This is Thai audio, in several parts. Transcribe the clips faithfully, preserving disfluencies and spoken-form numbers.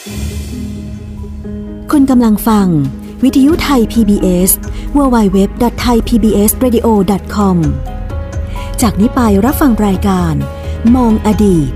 คุณกำลังฟังวิทยุไทย พี บี เอส ดับเบิลยู ดับเบิลยู ดับเบิลยู ดอท ไทย พี บี เอส เรดิโอ ดอท คอม จากนี้ไปรับฟังรายการมองอดีต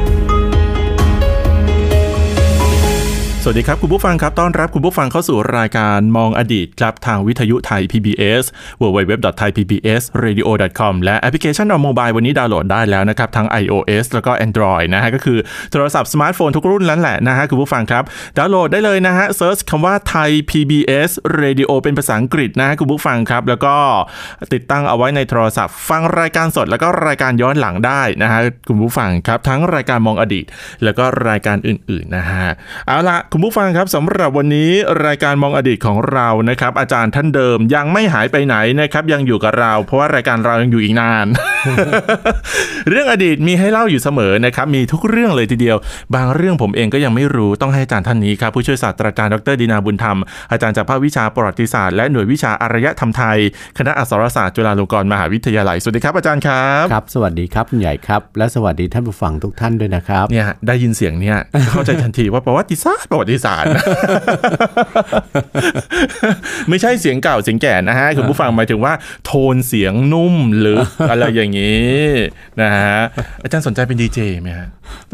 สวัสดีครับคุณผู้ฟังครับต้อนรับคุณผู้ฟังเข้าสู่รายการมองอดีตครับทางวิทยุไทย พี บี เอส ดับเบิลยู ดับเบิลยู ดับเบิลยู ดอท ไทย พี บี เอส เรดิโอ ดอท คอม และแอปพลิเคชันออนโมบายวันนี้ดาวน์โหลดได้แล้วนะครับทั้ง iOS แล้วก็ Android นะฮะก็คือโทรศัพท์สมาร์ทโฟนทุกรุ่นนั่นแหละนะฮะคุณผู้ฟังครับดาวน์โหลดได้เลยนะฮะเซิร์ชคำว่าไทย พี บี เอส Radio เป็นภาษาอังกฤษนะฮะคุณผู้ฟังครับแล้วก็ติดตั้งเอาไว้ในโทรศัพท์ฟังรายการสดแล้วก็รายการย้อนหลังได้นะฮะคุณผู้ฟังครับทั้งรายการมองอดีตแล้วก็รายการอื่นๆนะฮะเอาล่ะคุณผู้ฟังครับสำหรับวันนี้รายการมองอดีตของเรานะครับอาจารย์ท่านเดิมยังไม่หายไปไหนนะครับยังอยู่กับเราเพราะว่ารายการเรายังอยู่อีกนาน เรื่องอดีตมีให้เล่าอยู่เสมอนะครับมีทุกเรื่องเลยทีเดียวบางเรื่องผมเองก็ยังไม่รู้ต้องให้อาจารย์ท่านนี้ครับผู้ช่วยศาสตราจารย์ดร.ดินาบุญธรรมอาจารย์จากภาควิชาประวัติศาสตร์และหน่วยวิชาอารยธรรมไทยคณะอักษรศาสตร์จุฬาลงกรณ์มหาวิทยาลัยสวัสดีครับอาจารย์ครับครับสวัสดีครับคุณใหญ่ครับและสวัสดีท่านผู้ฟังทุกท่านด้วยนะครับเนี่ยได้ยินเสียงเนี่ยเข้าใจทันทีว่าประวัติศาสตร์ประวัติศาสตร์ไม่ใช่เสียงเก่าเสียงแก่นะฮะคุณผู้ฟังหมายถึงว่าโทนเสียงนุ่มหรืออะไรอย่างนี้นะฮะอาจารย์สนใจเป็นดีเจไหมฮะ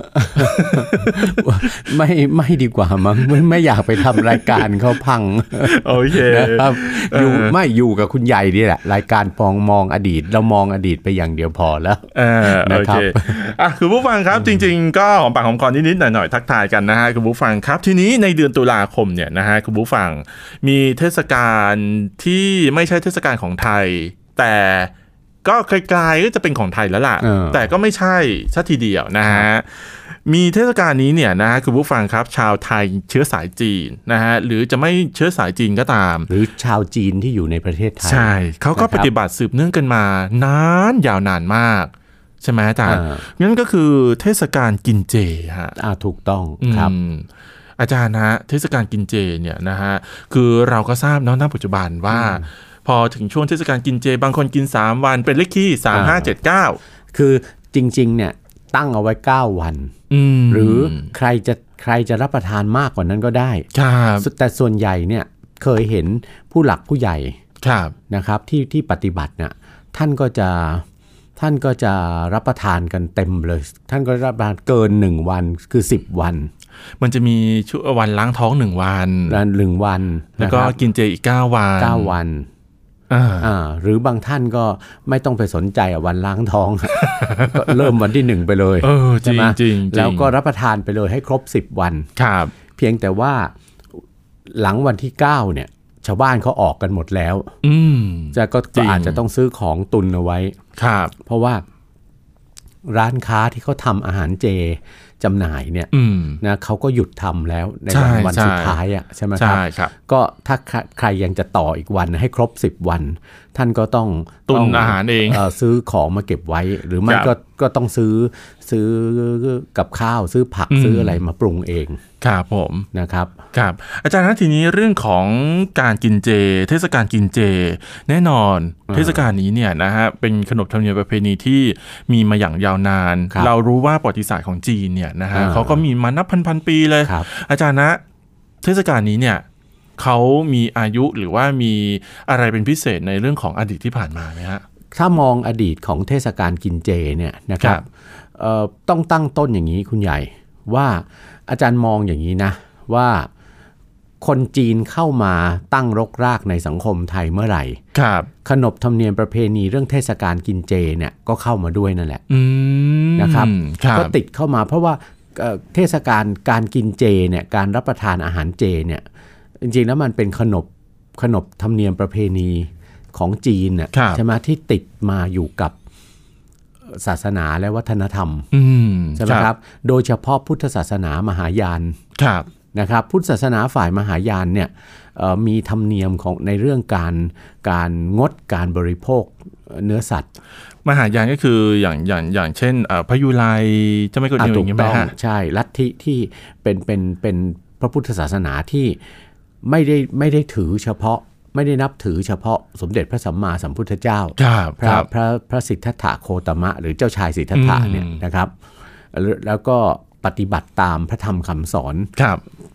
ไม่ไม่ดีกว่ามั้งไม่ไม่อยากไปทำรายการเขาพังโอเคนะครับอยู่ไม่อยู่กับคุณใหญ่นี่แหละรายการมองมองอดีตเรามองอดีตไปอย่างเดียวพอแล้วนะครับอ่ะคุณผู้ฟังครับจริงๆก็หอมปากหอมคอนิดๆหน่อยๆทักทายกันนะฮะคุณผู้ฟังครับทีนี้ในเดือนตุลาคมเนี่ยนะฮะคุณผู้ฟังมีเทศกาลที่ไม่ใช่เทศกาลของไทยแต่ก็ไกลๆก็จะเป็นของไทยแล้วล่ะแต่ก็ไม่ใช่ซะทีเดียวนะฮะมีเทศกาลนี้เนี่ยนะฮะคุณผู้ฟังครับชาวไทยเชื้อสายจีนนะฮะหรือจะไม่เชื้อสายจีนก็ตามหรือชาวจีนที่อยู่ในประเทศไทยใช่เขาก็ปฏิบัติสืบเนื่องกันมานานยาวนานมากใช่ไหมอาจารย์งั้นก็คือเทศกาลกินเจฮะอ่าถูกต้องครับอาจารย์นะเทศกาลกินเจเนี่ยนะฮะคือเราก็ทราบเนาะณปัจจุบันว่าพอถึงช่วงเทศกาลกินเจบางคนกินสามวันเป็นเลขที่สาม ห้า เจ็ด เก้าคือจริงๆเนี่ยตั้งเอาไว้เก้าวันหรือใครจะใครจะรับประทานมากกว่านั้นก็ได้แต่ส่วนใหญ่เนี่ยเคยเห็นผู้หลักผู้ใหญ่นะครับที่ที่ปฏิบัติเนี่ยท่านก็จะท่านก็จะรับประทานกันเต็มเลยท่านก็รับประทานเกินหนึ่งวันคือสิบวันมันจะมีช่วงวันล้างท้องหนึ่งวันหนึ่งวันแล้วก็กินเจอีกเก้าวันเก้าวันอ่าอ่าหรือบางท่านก็ไม่ต้องไปสนใจวันล้างท้อง ก็เริ่มวันที่หนึ่งไปเลยเออจริงจริงแล้วก็รับประทานไปเลยให้ครบสิบวันครับเพียงแต่ว่าหลังวันที่เก้าเนี่ยชาวบ้านเขาออกกันหมดแล้วอืมจะก็อาจจะต้องซื้อของตุนเอาไว้ครับเพราะว่าร้านค้าที่เขาทำอาหารเจจำหน่ายเนี่ยนะเขาก็หยุดทำแล้วในวันวันสุดท้ายอ่ะใช่ไหมครับก็ถ้าใครยังจะต่ออีกวันให้ครบสิบวันท่านก็ต้องตุนอาหารเองเอ่อซื้อของมาเก็บไว้หรือไม่ก็ก็ต้องซื้อซื้อกับข้าวซื้อผักซื้ออะไรมาปรุงเองครับผมนะครับครับอาจารย์นะทีนี้เรื่องของการกินเจเทศกาลกินเจแน่นอนเทศกาลนี้เนี่ยนะฮะเป็นขนบธรรมเนียมประเพณีที่มีมาอย่างยาวนานเรารู้ว่าประวัติศาสตร์ของจีนเนี่ยนะฮะเขาก็มีมานับพันๆปีเลยอาจารย์นะเทศกาลนี้เนี่ยเขามีอายุหรือว่ามีอะไรเป็นพิเศษในเรื่องของอดีตที่ผ่านมาไหมฮะถ้ามองอดีตของเทศกาลกินเจเนี่ยนะครับต้องตั้งต้นอย่างนี้คุณใหญ่ว่าอาจารย์มองอย่างนี้นะว่าคนจีนเข้ามาตั้งรกรากในสังคมไทยเมื่อไหร่ขนบธรรมเนียมประเพณีเรื่องเทศกาลกินเจเนี่ยก็เข้ามาด้วยนั่นแหละนะครับก็ติดเข้ามาเพราะว่าเทศกาลการกินเจเนี่ยการรับประทานอาหารเจเนี่ยจริงๆแล้วมันเป็นขนบขนบธรรมเนียมประเพณีของจีนน่ะใช่ไหมที่ติดมาอยู่กับศาสนาและวัฒนธรรมใช่ไหมครับโดยเฉพาะพุทธศาสนามหายานนะครับพุทธศาสนาฝ่ายมหายานเนี่ยมีธรรมเนียมของในเรื่องการการงดการบริโภคเนื้อสัตว์มหายานก็คืออย่างอย่างอย่างเช่นพยุไลจะไม่กดอย่างนี้ไหมฮะใช่ลัทธิที่เป็นเป็นเป็นพระพุทธศาสนาที่ไม่ได้ไม่ได้ถือเฉพาะไม่ได้นับถือเฉพาะสมเด็จพระสัมมาสัมพุทธเจ้าพระพระพระสิทธัตถะโคตมะหรือเจ้าชายสิทธัตถะเนี่ยนะครับแล้วก็ปฏิบัติตามพระธรรมคำสอน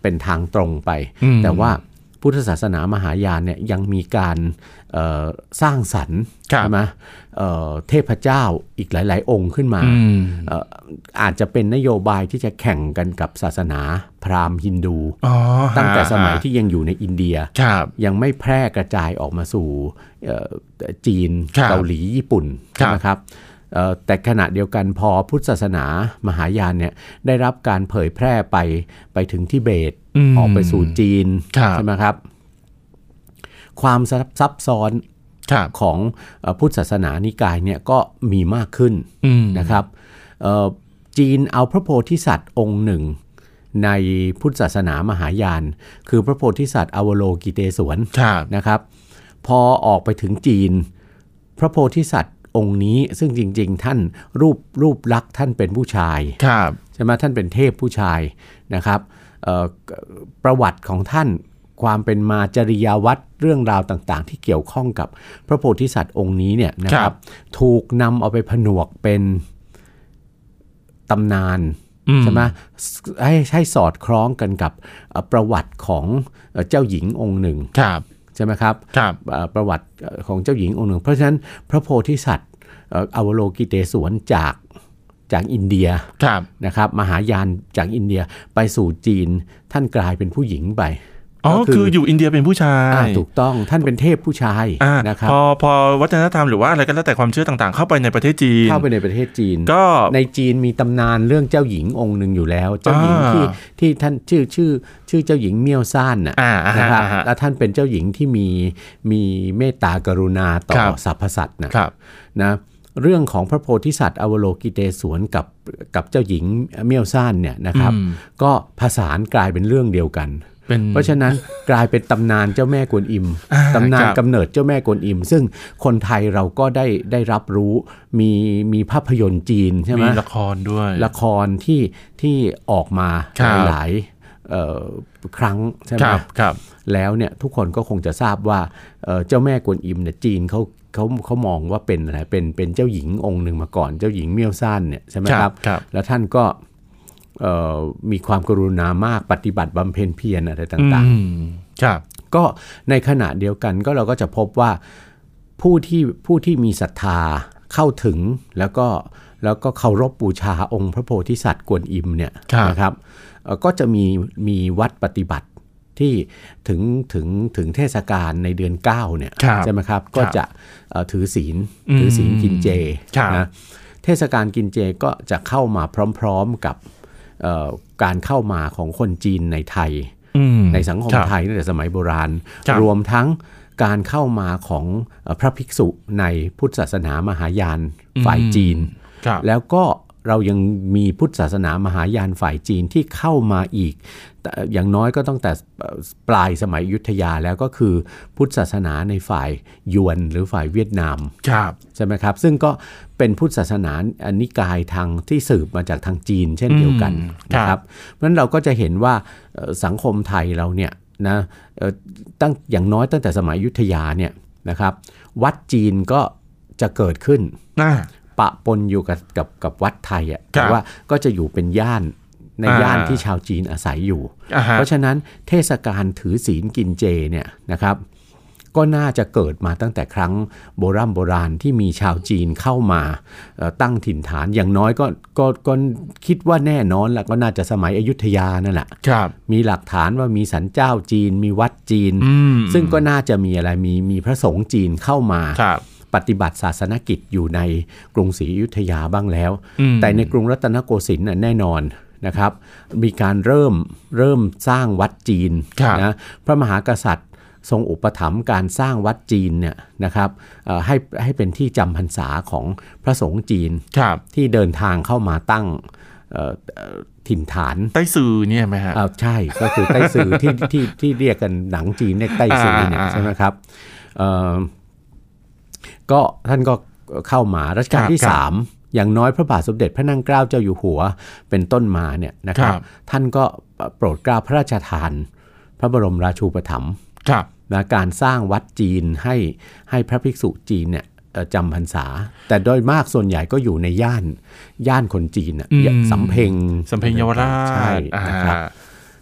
เป็นทางตรงไปแต่ว่าพุทธศาสนามหายานเนี่ยยังมีการสร้างสรรค์ใช่ไหมเทพเจ้าอีกหลายๆองค์ขึ้นมา อ, อาจจะเป็นนโยบายที่จะแข่งกันกับศาสนาพราหมณ์ฮินดูตั้งแต่สมัยที่ยังอยู่ในอินเดียยังไม่แพร่กระจายออกมาสู่จีนเกาหลีญี่ปุ่นใช่ไหมครับแต่ขณะเดียวกันพอพุทธศาสนามหายานเนี่ยได้รับการเผยแพร่ไปไปถึงทิเบต อ, ออกไปสู่จีนใช่ไหมครับความซับซ้อนของพุทธศาสนานิกายเนี่ยก็มีมากขึ้นนะครับจีนเอาพระโพธิสัตว์องค์หนึ่งในพุทธศาสนามหายานคือพระโพธิสัตว์อวโลกิเตศวรนะครับพอออกไปถึงจีนพระโพธิสัตว์องค์นี้ซึ่งจริงๆท่านรูปรูปลักษณ์ท่านเป็นผู้ชายใช่ไหมท่านเป็นเทพผู้ชายนะครับประวัติของท่านความเป็นมาจริยวัตรเรื่องราวต่างๆที่เกี่ยวข้องกับพระโพธิสัตว์องค์นี้เนี่ยนะครับถูกนำเอาไปผนวกเป็นตำนานใช่ไหมให้ให้สอดคล้องกันกับประวัติของเจ้าหญิงองค์หนึ่งใช่ไหมครับประวัติของเจ้าหญิงองค์หนึ่งเพราะฉะนั้นพระโพธิสัตว์อวโลกิเตศวรจากจากอินเดียนะครับมหายานจากอินเดียไปสู่จีนท่านกลายเป็นผู้หญิงไปอ๋อ คืออยู่อินเดียเป็นผู้ชายถูกต้องท่านเป็นเทพผู้ชายนะครับพอพอวัฒนธรรมหรือว่าอะไรก็แล้วแต่ความเชื่อต่างๆเข้าไปในประเทศจีนเข้าไปในประเทศจีนก็ในจีนมีตำนานเรื่องเจ้าหญิงองค์หนึ่งอยู่แล้วเจ้าหญิงที่ที่ท่านชื่อชื่อชื่อเจ้าหญิงเมี่ยวซ่านนะครับและท่านเป็นเจ้าหญิงที่มีมีเมตตากรุณาต่อสรรพสัตว์นะนะเรื่องของพระโพธิสัตว์อวโลกิเตศวรกับกับเจ้าหญิงเมี่ยวซ่านเนี่ยนะครับก็ผสานกลายเป็นเรื่องเดียวกันเพราะฉะนั้นกลายเป็นตำนานเจ้าแม่กวนอิมตำนานกำเนิดเจ้าแม่กวนอิมซึ่งคนไทยเราก็ได้ได้รับรู้มีมีภาพยนตร์จีนใช่ไหมมีละครด้วยละครที่ที่ออกมาหลายครั้งใช่ไหมครับแล้วเนี่ยทุกคนก็คงจะทราบว่าเจ้าแม่กวนอิมเนี่ยจีนเขาเขาเขามองว่าเป็นอะไรเป็นเป็นเจ้าหญิงองค์หนึ่งมาก่อนเจ้าหญิงเมี่ยวซ่านเนี่ยใช่ไหมครับแล้วท่านก็มีความกรุณามากปฏิบัติบำเพ็ญเพียรอะไรต่างๆครับก็ในขณะเดียวกันก็เราก็จะพบว่าผู้ที่ผู้ที่มีศรัทธาเข้าถึงแล้วก็แล้วก็เคารพบูชาองค์พระโพธิสัตว์กวนอิมเนี่ยนะครับก็จะมีมีวัดปฏิบัติที่ถึงถึงถึงเทศกาลในเดือนเก้าเนี่ยใช่ไหมครับก็จะถือศีลถือศีลกินเจนะเทศกาลกินเจก็จะเข้ามาพร้อมๆกับการเข้ามาของคนจีนในไทยในสังคมไทยตั้งแต่สมัยโบราณรวมทั้งการเข้ามาของพระภิกษุในพุทธศาสนามหายานฝ่ายจีนแล้วก็เรายังมีพุทธศาสนามหายานฝ่ายจีนที่เข้ามาอีกอย่างน้อยก็ตั้งแต่ปลายสมัยอยุธยาแล้วก็คือพุทธศาสนาในฝ่ายยวนหรือฝ่ายเวียดนามใช่ไหมครับซึ่งก็เป็นพุทธศาสนานิกายทางที่สืบมาจากทางจีนเช่นเดียวกันนะครับเพราะฉะนั้นเราก็จะเห็นว่าสังคมไทยเราเนี่ยนะตั้งอย่างน้อยตั้งแต่สมัยอยุธยาเนี่ยนะครับวัดจีนก็จะเกิดขึ้นปะปนอยู่กับกับกับวัดไทยอ่ะแต่ว่าก็จะอยู่เป็นย่านในย่านที่ชาวจีนอาศัยอยู่เพราะฉะนั้นเทศกาลถือศีลกินเจเนี่ยนะครับก็น่าจะเกิดมาตั้งแต่ครั้งโบราณโบราณที่มีชาวจีนเข้ามาตั้งถิ่นฐานอย่างน้อยก็ก็ก็คิดว่าแน่นอนแล้วก็น่าจะสมัยอยุธยานั่นแหละมีหลักฐานว่ามีศาลเจ้าจีนมีวัดจีนซึ่งก็น่าจะมีอะไรมีมีพระสงฆ์จีนเข้ามาปฏิบัติศาสนกิจอยู่ในกรุงศรีอยุธยาบ้างแล้วแต่ในกรุงรัตนโกสินทร์แน่นอนนะครับมีการเริ่มเริ่มสร้างวัดจีนนะพระมหากษัตริย์ทรงอุปถัมภ์การสร้างวัดจีนเนี่ยนะครับให้ให้เป็นที่จำพรรษาของพระสงฆ์จีนที่เดินทางเข้ามาตั้งถิ่นฐานไต้ซือเนี่ยไหมฮะใช่ก็คือไต้ซือที่ที่ที่เรียกกันหนังจีนเรียกไต้ซือเนี่ยใช่ไหมครับก็ท่านก็เข้ามารัชกาลที่สามอย่างน้อยพระบาทสมเด็จพระนั่งเกล้าเจ้าอยู่หัวเป็นต้นมาเนี่ยนะครับท่านก็โปรดเกล้าพระราชทานพระบรมราชูปถัมภ์นะการสร้างวัดจีนให้ให้พระภิกษุจีนเนี่ยจำพรรษาแต่โดยมากส่วนใหญ่ก็อยู่ในย่านย่านคนจีนอ่ะสำเพ็งสำเพ็งเยาวราชใช่นะครับ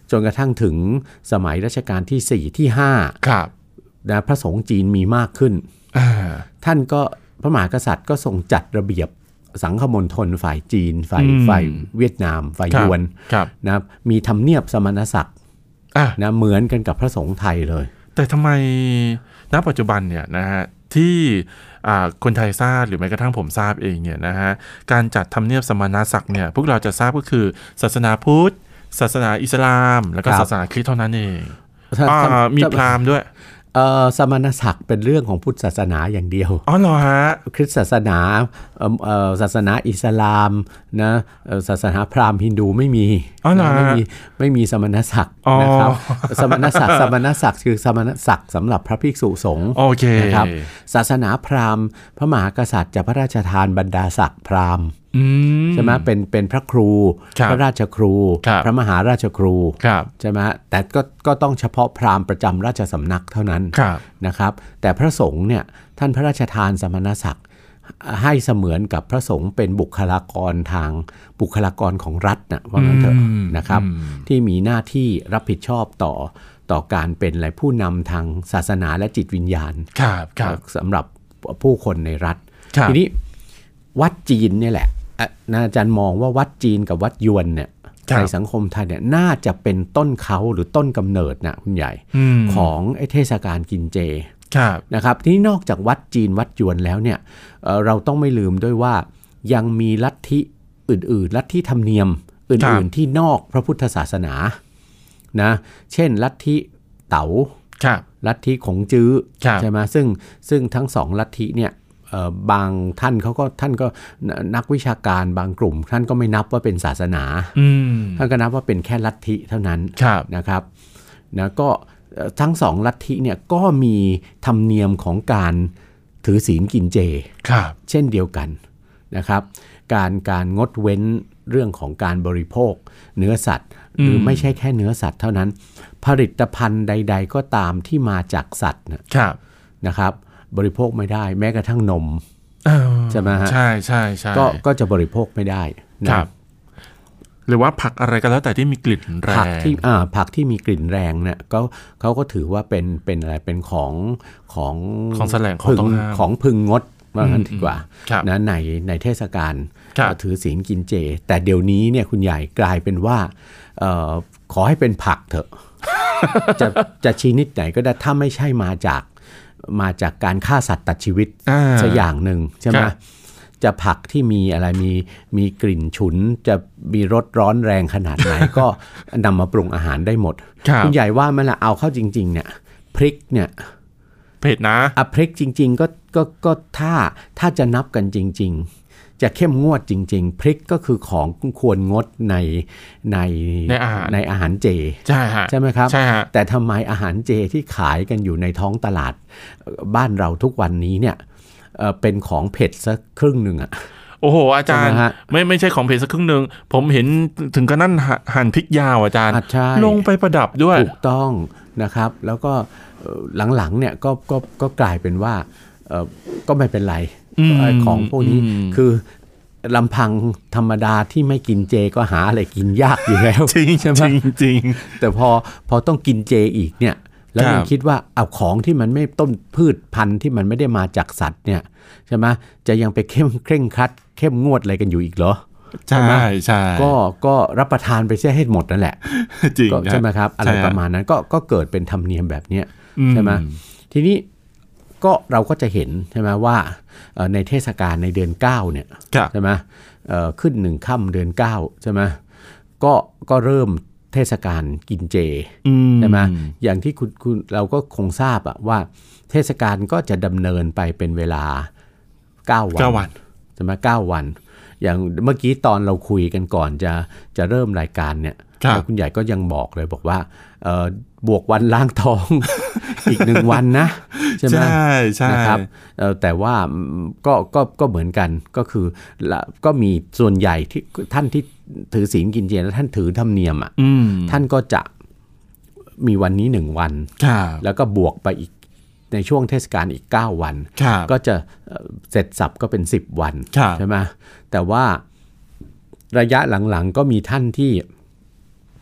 จนกระทั่งถึงสมัยรัชกาลที่สี่ที่ห้าครับนะพระสงฆ์จีนมีมากขึ้นท่านก็พระมหากษัตริย์ก็ทรงจัดระเบียบสังฆมณฑลฝ่ายจีนฝ่ายฝ่ายเวียดนามฝ่ายยวนนะมีทำเนียบสมณศักดิ์นะเหมือนกันกับพระสงฆ์ไทยเลยแต่ทำไมณปัจจุบันเนี่ยนะฮะที่คนไทยทราบหรือแม้กระทั่งผมทราบเองเนี่ยนะฮะการจัดทำเนียบสมณศักดิ์เนี่ยพวกเราจะทราบก็คือศาสนาพุทธศาสนาอิสลามแล้วก็ศาสนาคริสต์เท่านั้นเองมีพราหมณ์ด้วยสมณศักดิ์เป็นเรื่องของพุทธศาสนาอย่างเดียวอ๋อเหรอฮะคริสต์ศาสนาศาสนาอิสลามนะศาสนาพราหมณ์ฮินดูไม่มีอ๋อเหรอไม่มีไม่มีสมณศักดิ์นะครับสมณศักดิ์สมณศักดิ์คือสมณศักดิ์สำหรับพระภิกษุสงฆ์นะครับศาสนาพราหมณ์พระมหากษัตริย์จะพระราชทานบรรดาศักดิ์พราหมณ์ใช่ไหมเป็นเป็นพระครูพระราชครูพระมหาราชครูใช่ไหมแต่ก็ก็ต้องเฉพาะพราหมณ์ประจำราชสำนักเท่านั้นนะครับแต่พระสงฆ์เนี่ยท่านพระราชทานสมณศักดิ์ให้เสมือนกับพระสงฆ์เป็นบุคลากรทางบุคลากรของรัฐนะว่างั้นเถอะนะครับที่มีหน้าที่รับผิดชอบต่อต่อการเป็นอะไรผู้นำทางศาสนาและจิตวิญญาณสำหรับผู้คนในรัฐทีนี้วัดจีนเนี่ยแหละอาจารย์มองว่าวัดจีนกับวัดยวนเนี่ยในสังคมไทยเนี่ยน่าจะเป็นต้นเขาหรือต้นกำเนิดนะคุณใหญ่ของไอ้เทศกาลกินเจนะครับที่นอกจากวัดจีนวัดยวนแล้วเนี่ย เอ่อ เราต้องไม่ลืมด้วยว่ายังมีลัทธิอื่นๆลัทธิธรรมเนียมอื่นๆที่นอกพระพุทธศาสนานะเช่นลัทธิเต๋าลัทธิขงจื้อใช่ไหมซึ่งซึ่งทั้งสองลัทธิเนี่ยบางท่านเขาก็ท่านก็นักวิชาการบางกลุ่มท่านก็ไม่นับว่าเป็นศาสนาท่านก็นับว่าเป็นแค่ลัทธิเท่านั้นนะครับนะก็ทั้งสองลัทธิเนี่ยก็มีธรรมเนียมของการถือศีลกินเจเช่นเดียวกันนะครับการการงดเว้นเรื่องของการบริโภคเนื้อสัตว์หรือไม่ใช่แค่เนื้อสัตว์เท่านั้นผลิตภัณฑ์ใดๆก็ตามที่มาจากสัตว์นะครับบริโภคไม่ได้แม้กระทั่งนมใช่ไหมฮะใช่ใช่ใช่ก็ก็จะบริโภคไม่ได้นะครับหรือว่าผักอะไรก็แล้วแต่ที่มีกลิ่นแรงผักที่อ่าผักที่มีกลิ่นแรงเนี่ยก็เขาก็ถือว่าเป็นเป็นอะไรเป็นของของของแสลงของต้องห้ามของพึงงดว่างั้นดีกว่านะในในเทศกาลถือศีลกินเจแต่เดี๋ยวนี้เนี่ยคุณใหญ่กลายเป็นว่าเอ่อขอให้เป็นผักเถอะ จะจะชนิดไหนก็ได้ถ้าไม่ใช่มาจากมาจากการฆ่าสัตว์ตัดชีวิตสักอย่างหนึ่งใช่ไหมจะผักที่มีอะไรมีมีกลิ่นฉุนจะมีรสร้อนแรงขนาดไหน ก็นำมาปรุงอาหารได้หมด คุณใหญ่ว่ามันละเอาเข้าจริงๆเนี่ยพริกเนี่ยเผ็ดนะอ่ะพริกจริงๆก็ก็ก็ถ้าถ้าจะนับกันจริงๆจะเข้มงวดจริงๆพริกก็คือของควรงดในในในอาหารในอาหารเจใช่ฮะใช่ไหมครับใช่ฮะแต่ทำไมอาหารเจที่ขายกันอยู่ในท้องตลาดบ้านเราทุกวันนี้เนี่ยเอ่อเป็นของเผ็ดสักครึ่งหนึ่งอะโอ้โหอาจารย์ไม่ไม่ใช่ของเผ็ดสักครึ่งหนึ่งผมเห็นถึงกระนั้นหั่นพริกยาวอาจารย์ลงไปประดับด้วยถูกต้องนะครับแล้วก็หลังๆเนี่ยก็ก็ก็กลายเป็นว่าเอ่อก็ไม่เป็นไรของพวกนี้คือลำพังธรรมดาที่ไม่กินเจก็หาอะไรกินยากอยู่แล้วจริงใช่ไหมจริงแต่พอพอต้องกินเจอีกเนี่ยแล้วยังคิดว่าเอาของที่มันไม่ต้นพืชพันธุ์ที่มันไม่ได้มาจากสัตว์เนี่ยใช่ไหมจะยังไปเข้มเคร่งครัดเข้มงวดอะไรกันอยู่อีกเหรอใช่ใช่ก็ก็รับประทานไปเสียให้หมดนั่นแหละจริงใช่ไหมครับอะไรประมาณนั้นก็ก็เกิดเป็นธรรมเนียมแบบนี้ใช่ไหมทีนี้ก็เราก็จะเห็นใช่ไหมว่าในเทศกาลในเดือนเก้าเนี่ยใช่ไหมขึ้นหนึ่งค่ำเดือนเก้าใช่ไหมก็ก็เริ่มเทศกาลกินเจใช่ไหมอย่างที่คุณคุณเราก็คงทราบอะว่าเทศกาลก็จะดำเนินไปเป็นเวลาเก้าวันใช่ไหมเก้าวันอย่างเมื่อกี้ตอนเราคุยกันก่อนจะจะเริ่มรายการเนี่ยคุณใหญ่ก็ยังบอกเลยบอกว่าบวกวันล้างท้อง อีกหนึ่งวันนะใช่ไหมใช่ใช่นะครับแต่ว่าก็ก็ก็เหมือนกันก็คือก็มีส่วนใหญ่ที่ท่านที่ถือศีลกินเจและท่านถือธรรมเนียมอ่ะท่านก็จะมีวันนี้หนึ่งวันแล้วก็บวกไปอีกในช่วงเทศกาลอีกเก้าวันก็จะเสร็จสับก็เป็นสิบวันใช่ไหมแต่ว่าระยะหลังๆก็มีท่านที่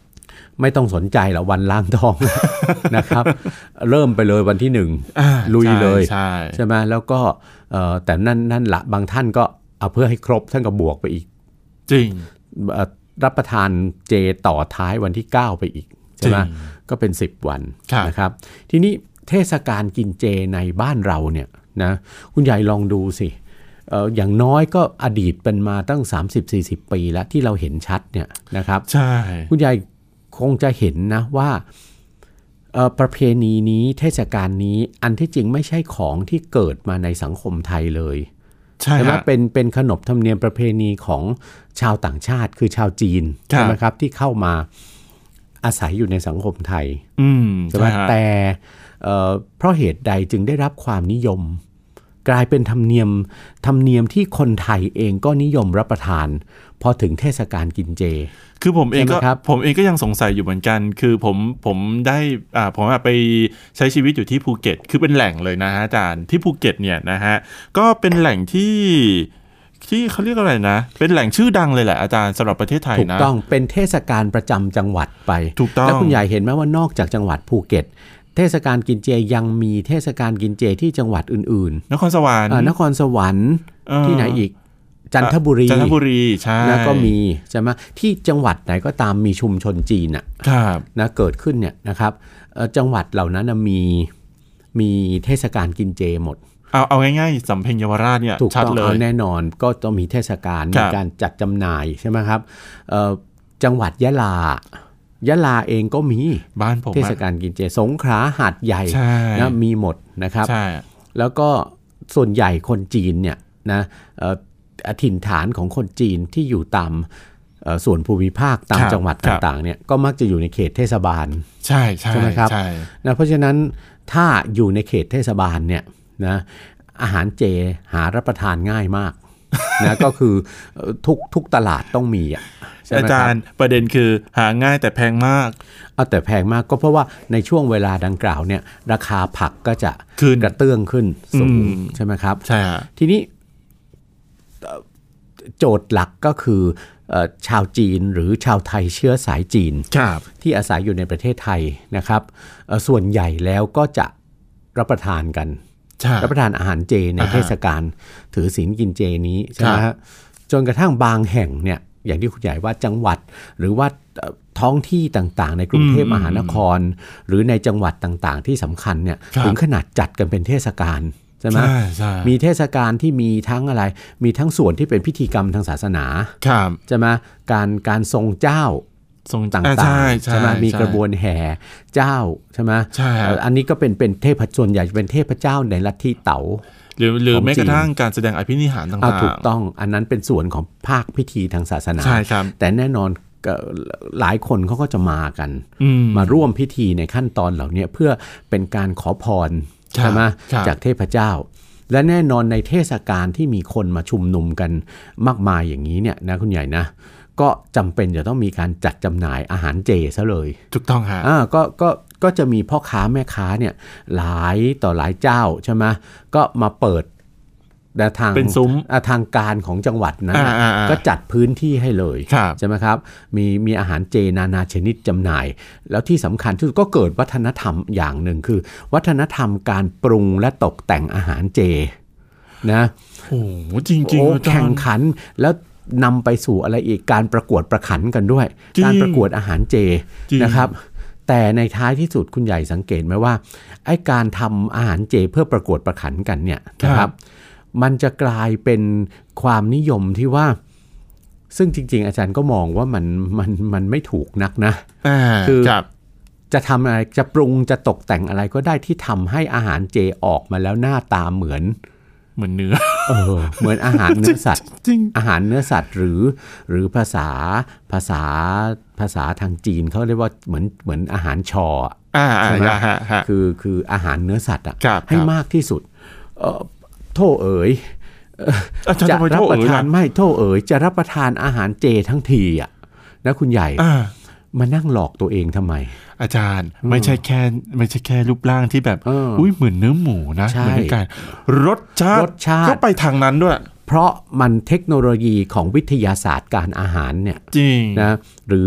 ไม่ต้องสนใจหรอกวันล้างท้อง นะครับเริ่มไปเลยวันที่หนึ่งลุยเลยใช่ใช่ไหมแล้วก็แต่นั่นนั่นละบางท่านก็เอาเพื่อให้ครบท่านก็บวกไปอีกจริงรับประทานเจต่อท้ายวันที่เก้าไปอีกใช่ไหมก็เป็นสิบวันนะครับทีนี้เทศกาลกินเจในบ้านเราเนี่ยนะคุณใหญ่ลองดูสิเอ่ออย่างน้อยก็อดีตเป็นมาตั้ง สามสิบถึงสี่สิบ ปีแล้วที่เราเห็นชัดเนี่ยนะครับใช่คุณใหญ่คงจะเห็นนะว่าเอ่อประเพณีนี้เทศกาลนี้อันที่จริงไม่ใช่ของที่เกิดมาในสังคมไทยเลยใช่ไหมเป็นเป็นขนบธรรมเนียมประเพณีของชาวต่างชาติคือชาวจีนใช่ไหมครับที่เข้ามาอาศัยอยู่ในสังคมไทยใช่ไหมแต่เอ่อเพราะเหตุใดจึงได้รับความนิยมกลายเป็นธรรมเนียมธรรมเนียมที่คนไทยเองก็นิยมรับประทานพอถึงเทศกาลกินเจคือผมเองก็ผมเองก็ยังสงสัยอยู่เหมือนกันคือผมผมได้อ่าผมไปใช้ชีวิตอยู่ที่ภูเก็ตคือเป็นแหล่งเลยนะฮะอาจารย์ที่ภูเก็ตเนี่ยนะฮะก็เป็นแหล่งที่ที่เขาเรียกอะไรนะเป็นแหล่งชื่อดังเลยแหละอาจารย์สำหรับประเทศไทยนะถูกต้องเป็นเทศกาลประจำจังหวัดไปถูกต้องแล้วคุณใหญ่เห็นไหมว่านอกจากจังหวัดภูเก็ตเทศกาลกินเจยังมีเทศกาลกินเจที่จังหวัดอื่นๆนครสวรรค์นครสวรรค์ที่ไหนอีกจันทบุรีจันทบุรีใช่แล้วก็มีใช่ไหมที่จังหวัดไหนก็ตามมีชุมชนจีนอ่ะนะเกิดขึ้นเนี่ยนะครับจังหวัดเหล่านั้นมีมีเทศกาลกินเจหมดเอาเอาง่ายๆสำเพ็งเยาวราชเนี่ยชัดเลยแน่นอนก็ต้องมีเทศกาลมีการจัดจำหน่ายใช่ไหมครับจังหวัดยะลายะลาเองก็มีบ้านผมเทศกาลกินเจสงขลาหาดใหญ่นะมีหมดนะครับแล้วก็ส่วนใหญ่คนจีนเนี่ยนะถิ่นฐานของคนจีนที่อยู่ตามส่วนภูมิภาคตามจังหวัดต่างๆเนี่ยก็มักจะอยู่ในเขตเทศบาลใช่ใช่ไหมครับนะเพราะฉะนั้นถ้าอยู่ในเขตเทศบาลเนี่ยนะอาหารเจหารับประทานง่ายมากนะก็คือทุกทุกตลาดต้องมีอ่ะอาจารย์ประเด็นคือหาง่ายแต่แพงมากเอาแต่แพงมากก็เพราะว่าในช่วงเวลาดังกล่าวเนี่ยราคาผักก็จะกระเตื้องขึ้นสูงใช่ไหมครับใช่ทีนี้โจทย์หลักก็คือชาวจีนหรือชาวไทยเชื้อสายจีนที่อาศัยอยู่ในประเทศไทยนะครับส่วนใหญ่แล้วก็จะรับประทานกันรับประทานอาหารเจในเทศกาลถือศีลกินเจนี้ใช่ไหมฮะจนกระทั่งบางแห่งเนี่ยอย่างที่คุณใหญ่ว่าจังหวัดหรือว่าท้องที่ต่างๆในกรุงเทพมหานครหรือในจังหวัดต่างๆที่สำคัญเนี่ยถึงขนาดจัดกันเป็นเทศกาลใช่ไหมมีเทศกาลที่มีทั้งอะไรมีทั้งส่วนที่เป็นพิธีกรรมทางศาสนาใช่ไหมการการทรงเจ้าทรงต่างๆใช่ไหมมีกระบวนแห่เจ้าใช่ไหมอันนี้ก็เป็นเป็นเทพส่วนใหญ่เป็นเทพเจ้าในลัทธิเต๋าหรือหรือแม้กระทั่งการแสดงอภินิหารต่างๆถูกต้องอันนั้นเป็นส่วนของภาคพิธีทางศาสนาแต่แน่นอนหลายคนเขาก็จะมากันมาร่วมพิธีในขั้นตอนเหล่านี้เพื่อเป็นการขอพรใช่ไหมจากเทพเจ้าและแน่นอนในเทศกาลที่มีคนมาชุมนุมกันมากมายอย่างนี้เนี่ยนะคุณใหญ่นะก็จำเป็นจะต้องมีการจัดจำหน่ายอาหารเจซะเลยถูกต้องฮะอ่าก็ก็ก็จะมีพ่อค้าแม่ค้าเนี่ยหลายต่อหลายเจ้าใช่ไหมก็มาเปิดทางเป็นซุ้มทางการของจังหวัดนั้นก็จัดพื้นที่ให้เลยใช่ไหมครับมีมีอาหารเจนานาชนิดจำหน่ายแล้วที่สำคัญที่สุดก็เกิดวัฒนธรรมอย่างหนึ่งคือวัฒนธรรมการปรุงและตกแต่งอาหารเจนะโอ้จริงจริงแข่งขันแล้วนำไปสู่อะไรอีกการประกวดประขันกันด้วยการประกวดอาหารเจนะครับแต่ในท้ายที่สุดคุณใหญ่สังเกตไหมว่าไอ้การทำอาหารเจเพื่อประกวดประขันกันเนี่ยนะครับมันจะกลายเป็นความนิยมที่ว่าซึ่งจริงๆอาจารย์ก็มองว่ามันมันมันไม่ถูกนักนะคือจะทำอะไรจะปรุงจะตกแต่งอะไรก็ได้ที่ทำให้อาหารเจออกมาแล้วหน้าตาเหมือนเหมือนเนื้อเออเหมือนอาหารเนื้อสัตว์อาหารเนื้อสัตว์หรือหรือภาษาภาษาภาษาทางจีนเขาเรียกว่าเหมือนเหมือนอาหารชอใช่ไหมคือคืออาหารเนื้อสัตว์อ่ะให้มากที่สุดโทษเอ๋ยจะรับประทานไม่โทษเอ๋ยจะรับประทานอาหารเจทั้งทีอ่ะนะคุณใหญ่มานั่งหลอกตัวเองทำไมอาจารย์ไม่ใช่แค่ไม่ใช่แค่รูปร่างที่แบบอุ้ยเหมือนเนื้อหมูนะเหมือนกันรสชาติก็ไปทางนั้นด้วยเพราะมันเทคโนโลยีของวิทยาศาสตร์การอาหารเนี่ยจริงนะหรือ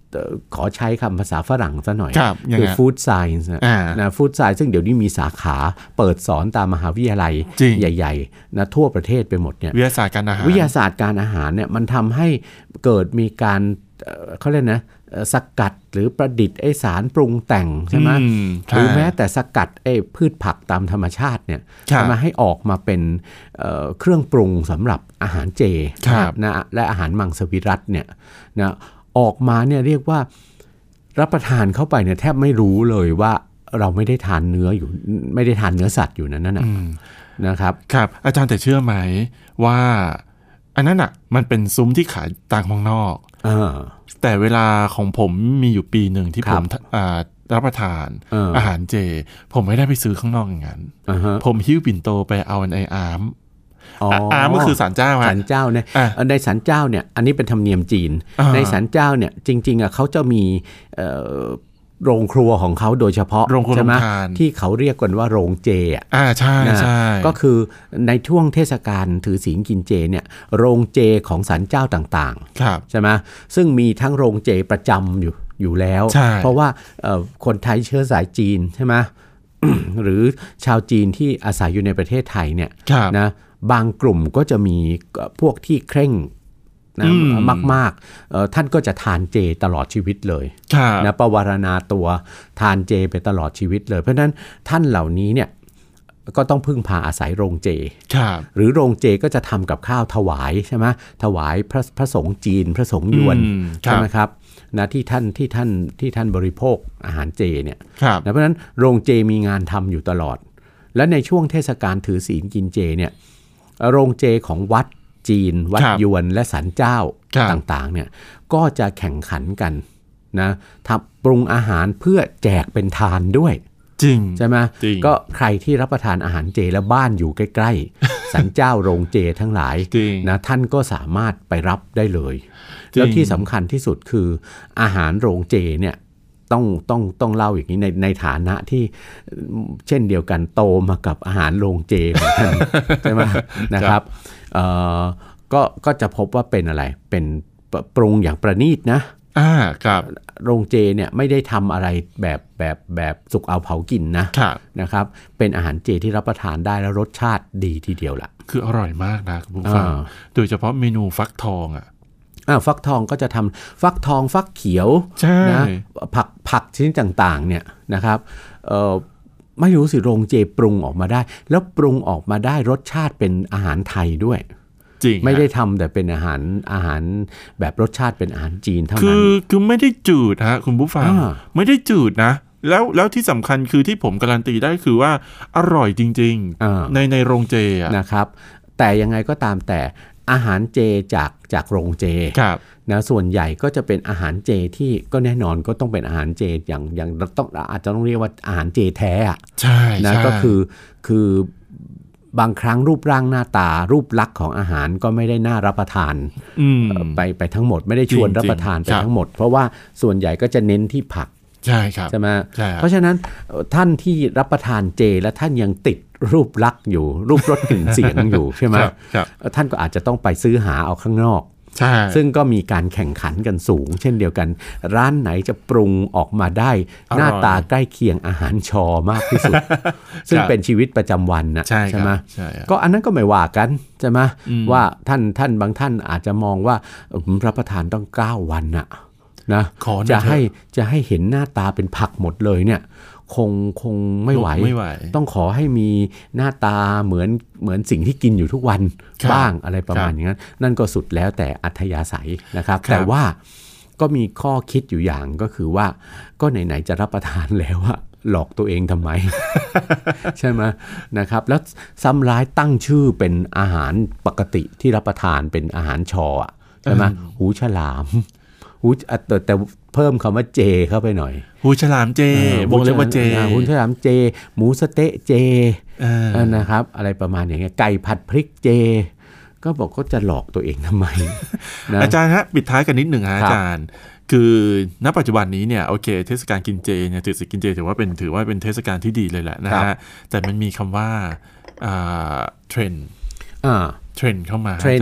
ขอใช้คำภาษาฝรั่งซะหน่อยคือ food science นะ food science ซึ่งเดี๋ยวนี้มีสาขาเปิดสอนตามมหาวิทยาลัยใหญ่ๆนะทั่วประเทศไปหมดเนี่ยวิทยาศาสตร์การอาหารวิทยาศาสตร์การอาหารเนี่ยมันทำให้เกิดมีการเขาเรียกนะสกัดหรือประดิษฐ์ไอสารปรุงแต่งใช่ไหมหรือแม้แต่สกัดไอพืชผักตามธรรมชาติเนี่ยมาให้ออกมาเป็นเครื่องปรุงสำหรับอาหารเจนะและอาหารมังสวิรัติเนี่ยนะออกมาเนี่ยเรียกว่ารับประทานเข้าไปเนี่ยแทบไม่รู้เลยว่าเราไม่ได้ทานเนื้ออยู่ไม่ได้ทานเนื้อสัตว์อยู่นั้นน่ะนะครับครับอาจารย์แต่เชื่อไหมว่าอันนั้นอ่ะมันเป็นซุ้มที่ขายต่างเมืองนอกแต่เวลาของผมมีอยู่ปีหนึ่งที่ผมรับประทานอาหารเจผมไม่ได้ไปซื้อข้างนอกอย่างนั้นผมหิ้วปิ่นโตไปเอาในอาร์มอาร์มก็คือศาลเจ้าศาลเจ้าเนี่ยในศาลเจ้าเนี่ยอันนี้เป็นธรรมเนียมจีนในศาลเจ้าเนี่ยจริงๆอ่ะเขาจะมีโรงครัวของเขาโดยเฉพาะใช่ไหมที่เขาเรียกกันว่าโรงเจอ่าใช่ใช่ก็คือในช่วงเทศกาลถือศีลกินเจเนี่ยโรงเจของศาลเจ้าต่างๆใช่ไหมซึ่งมีทั้งโรงเจประจำอยู่อยู่แล้วเพราะว่าคนไทยเชื้อสายจีนใช่ไหม หรือชาวจีนที่อาศัยอยู่ในประเทศไทยเนี่ยนะบางกลุ่มก็จะมีพวกที่เคร่งนะมากๆท่านก็จะทานเจตลอดชีวิตเลยนะประวารณาตัวทานเจไปตลอดชีวิตเลยเพราะฉะนั้นท่านเหล่านี้เนี่ยก็ต้องพึ่งพาอาศัยโรงเจหรือโรงเจก็จะทำกับข้าวถวายใช่ไหมถวายพระพระสงฆ์จีนพระสงฆ์ยวนใช่ไหมครับนะที่ท่านที่ท่านที่ท่านบริโภคอาหารเจเนี่ยนะเพราะฉะนั้นโรงเจมีงานทำอยู่ตลอดและในช่วงเทศกาลถือศีลกินเจเนี่ยโรงเจของวัดจีนวัดยวนและศาลเจ้าต่างๆเนี่ยก็จะแข่งขันกันนะทำปรุงอาหารเพื่อแจกเป็นทานด้วยจริงใช่ไหมก็ใครที่รับประทานอาหารเจและบ้านอยู่ใกล้ๆศาลเจ้าโรงเจทั้งหลายนะท่านก็สามารถไปรับได้เลยแล้วที่สำคัญที่สุดคืออาหารโรงเจเนี่ยต้องต้องต้องเล่าอย่างนี้ในในฐานะที่เช่นเดียวกันโตมากับอาหารโรงเจของท่านใช่ไหมนะครับก็ก็จะพบว่าเป็นอะไรเป็นปรุงอย่างประณีตนะอ่าครับโรงเจเนี่ยไม่ได้ทำอะไรแบบแบบแบบสุกเอาเผากินนะนะครับเป็นอาหารเจที่รับประทานได้แล้วรสชาติดีทีเดียวล่ะคืออร่อยมากนะคุณผู้ฟังโดยเฉพาะเมนูฟักทองอ่ะอ่าฟักทองก็จะทำฟักทองฟักเขียวนะผักผักชนิดต่างๆเนี่ยนะครับเอ่อไม่รู้สิโรงเจปรุงออกมาได้แล้วปรุงออกมาได้รสชาติเป็นอาหารไทยด้วยจริงไม่ได้ทำแต่เป็นอาหารอาหารแบบรสชาติเป็นอาหารจีนเท่านั้นคือคือไม่ได้จืดฮะคุณผู้ฟังไม่ได้จืดนะแล้วแล้วที่สำคัญคือที่ผมการันตีได้คือว่าอร่อยจริงๆในในโรงเจนะครับแต่ยังไงก็ตามแต่อาหารเจจากจากโรงเจนะส่วนใหญ่ก็จะเป็นอาหารเจที่ก็แน่นอนก็ต้องเป็นอาหารเจอย่างอย่างต้องอาจจะต้องเรียกว่าอาหารเจแท้อะใช่นะก็คือคือบางครั้งรูปร่างหน้าตารูปลักษณ์ของอาหารก็ไม่ได้น่ารับประทานไปไปทั้งหมดไม่ได้ชวนรับประทานไปทั้งหมดเพราะว่าส่วนใหญ่ก็จะเน้นที่ผักใช่ครับใช่ไหมเพราะฉะนั้นท่านที่รับประทานเจและท่านยังติดรูปลักษณ์อยู่รูปรสกลิ่นเสียงอยู่ใช่ไหมท่านก็อาจจะต้องไปซื้อหาเอาข้างนอกซึ่งก็มีการแข่งขันกันสูงเช่นเดียวกันร้านไหนจะปรุงออกมาได้หน้าตาใกล้เคียงอาหารชอมากที่สุดซึ่งเป็นชีวิตประจำวันนะใช่ไหมก็อันนั้นก็ไม่ว่ากันใช่ไหมว่าท่านท่านบางท่านอาจจะมองว่ารับประทานต้องเก้าวันน่ะนะจะให้จะให้เห็นหน้าตาเป็นผักหมดเลยเนี่ยคงคงไม่ไหวต้องขอให้มีหน้าตาเหมือนเหมือนสิ่งที่กินอยู่ทุกวันบ้างอะไรประมาณอย่างนั้นนั่นก็สุดแล้วแต่อัธยาศัยนะครับแต่ว่าก็มีข้อคิดอยู่อย่างก็คือว่าก็ไหนๆจะรับประทานแล้วอะหลอกตัวเองทำไม ใช่ไหมนะครับแล้วซ้ำร้ายตั้งชื่อเป็นอาหารปกติที่รับประทานเป็นอาหารชอใช่ไหมหูฉลามหูแต่แต่เพิ่มคำว่าเจเข้าไปหน่อยหูฉลามเจวงเล็บว่าเจหูฉลามเจหมูสะเต๊ะเจนะครับอะไรประมาณอย่างเงี้ยไก่ผัดพริกเจก็บอกก็จะหลอกตัวเองทำไมนะอาจารย์ฮะปิดท้ายกันนิดหนึ่งฮะอาจารย์คือณปัจจุบันนี้เนี่ยโอเคเทศกาลกินเจเนี่ยถือกินเจถือว่าเป็นถือว่าเป็นเทศกาลที่ดีเลยแหละนะฮะแต่มันมีคำว่าเทรนด์เทรนด์เข้ามาอาจารย์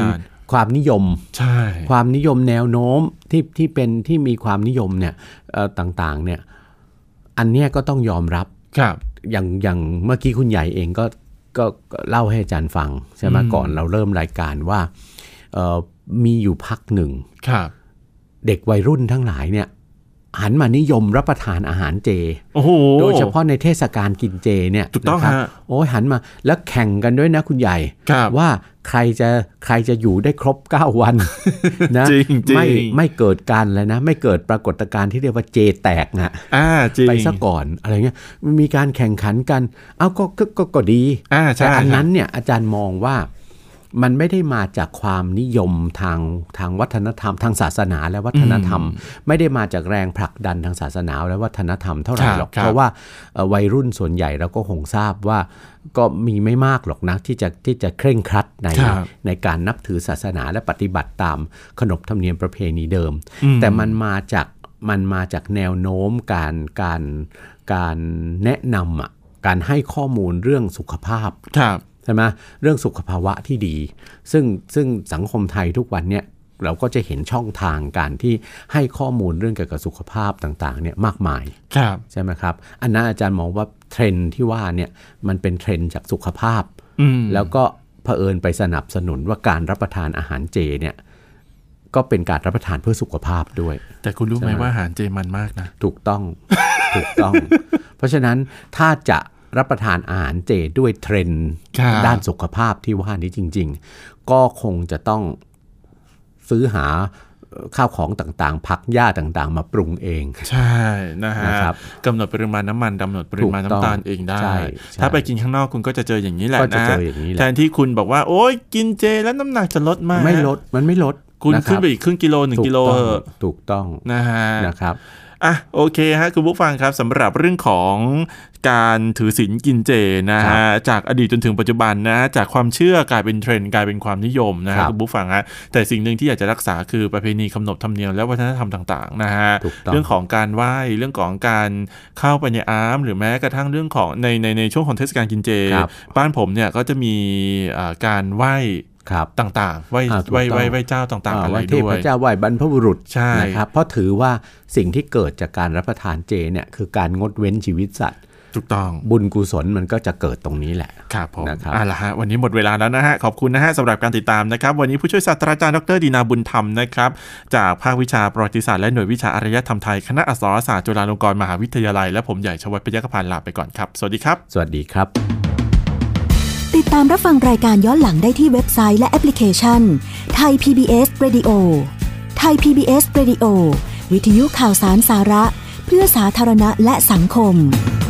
ความนิยมใช่ความนิยมแนวโน้มที่ที่เป็นที่มีความนิยมเนี่ยต่างๆเนี่ยอันเนี้ยก็ต้องยอมรับครับอย่างอย่างเมื่อกี้คุณใหญ่เองก็ก็เล่าให้อาจารย์ฟังใช่ไหมก่อนเราเริ่มรายการว่ามีอยู่พักหนึ่งเด็กวัยรุ่นทั้งหลายเนี่ยหันมานิยมรับประทานอาหารเจโดยเฉพาะในเทศกาลกินเจเนี่ยนะครับโอ้ยหันมาแล้วแข่งกันด้วยนะคุณใหญ่ว่าใครจะใครจะอยู่ได้ครบเก้าวันนะไม่ไม่เกิดการเลยนะไม่เกิดปรากฏการณ์ที่เรียกว่าเจแตกนะไปซะก่อนอะไรเงี้ยมีการแข่งขันกันเอ้าก็ก็ก็ดีแต่อันนั้นเนี่ยอาจารย์มองว่ามันไม่ได้มาจากความนิยมทางทางวัฒนธรรมทางศาสนาและวัฒนธรรมไม่ได้มาจากแรงผลักดันทางศาสนาและวัฒนธรรมเท่าไหร่หรอกเพราะว่าวัยรุ่นส่วนใหญ่เราก็คงทราบว่าก็มีไม่มากหรอกนะที่จะที่จะเคร่งครัดในในการนับถือศาสนาและปฏิบัติตามขนบธรรมเนียมประเพณีเดิมแต่มันมาจากมันมาจากแนวโน้มการการการแนะนำอ่ะการให้ข้อมูลเรื่องสุขภาพใช่ไหมเรื่องสุขภาวะที่ดีซึ่งซึ่งสังคมไทยทุกวันเนี่ยเราก็จะเห็นช่องทางการที่ให้ข้อมูลเรื่องเกี่ยวกับสุขภาพต่างๆเนี่ยมากมายใช่ไหมครับอันนั้นอาจารย์มองว่าเทรนด์ที่ว่าเนี่ยมันเป็นเทรนด์จากสุขภาพแล้วก็เผอิญไปสนับสนุนว่าการรับประทานอาหารเจเนี่ยก็เป็นการรับประทานเพื่อสุขภาพด้วยแต่คุณรู้ไหมว่าอาหารเจมันมากนะถูกต้องถูกต้องเพราะฉะนั้นถ้าจะรับประทานอาหารเจด้วยเทรนด์ด้านสุขภาพที่ว่านี้จริงๆก็คงจะต้องซื้อหาข้าวของต่างๆผักหญ้าต่างๆมาปรุงเองใช่นะฮะกำหนดปริมาณน้ำมันกำหนดปริมาณน้ำตาลเองได้ถ้าไปกินข้างนอกคุณก็จะเจออย่างนี้แหละนะแทนที่คุณบอกว่าโอ๊ยกินเจแล้วน้ำหนักจะลดมากไม่ลดมันไม่ลดคุณขึ้นไปอีกครึ่งกิโลหนึ่งกิโลถูกต้องนะฮะนะครับอ่ะโอเคฮะคุณผู้ฟังครับสำหรับเรื่องของการถือศีลกินเจนะฮะจากอดีตจนถึงปัจจุบันนะจากความเชื่อกลายเป็นเทรนด์กลายเป็นความนิยมนะฮะคุณผู้ฟังฮะแต่สิ่งหนึ่งที่อยากจะรักษาคือประเพณีขนบธรรมเนียมและวัฒนธรรมต่างๆนะฮะเรื่องของการไหว้เรื่องของการเข้าไปในอาร์มหรือแม้กระทั่งเรื่องของในในในช่วงของเทศกาลกินเจบ้านผมเนี่ยก็จะมีการไหว้ต่างๆไหว้ไหว้ไหว้ไหว้เจ้าต่างๆอะไรด้วยเทพเจ้าไหว้บรรพบุรุษนะครับเพราะถือว่าสิ่งที่เกิดจากการรับประทานเจเนี่ยคือการงดเว้นชีวิตสัตว์ถูกต้องบุญกุศลมันก็จะเกิดตรงนี้แหละครับผมอ่ะล่ะฮะวันนี้หมดเวลาแล้วนะฮะขอบคุณนะฮะสำหรับการติดตามนะครับวันนี้ผู้ช่วยศาสตราจารย์ดร.ดีนาบุญธรรมนะครับจากภาควิชาประวัติศาสตร์และหน่วยวิชาอารยธรรมไทยคณะอักษรศาสตร์จุฬาลงกรณ์มหาวิทยาลัยและผมใหญ่ชวัฒน์ ปยกพานลาไปก่อนครับสวัสดีครับสวัสดีครับติดตามรับฟังรายการย้อนหลังได้ที่เว็บไซต์และแอปพลิเคชัน Thai พี บี เอส Radio Thai พี บี เอส Radio วิทยุข่าวสารสาระเพื่อสาธารณะและสังคม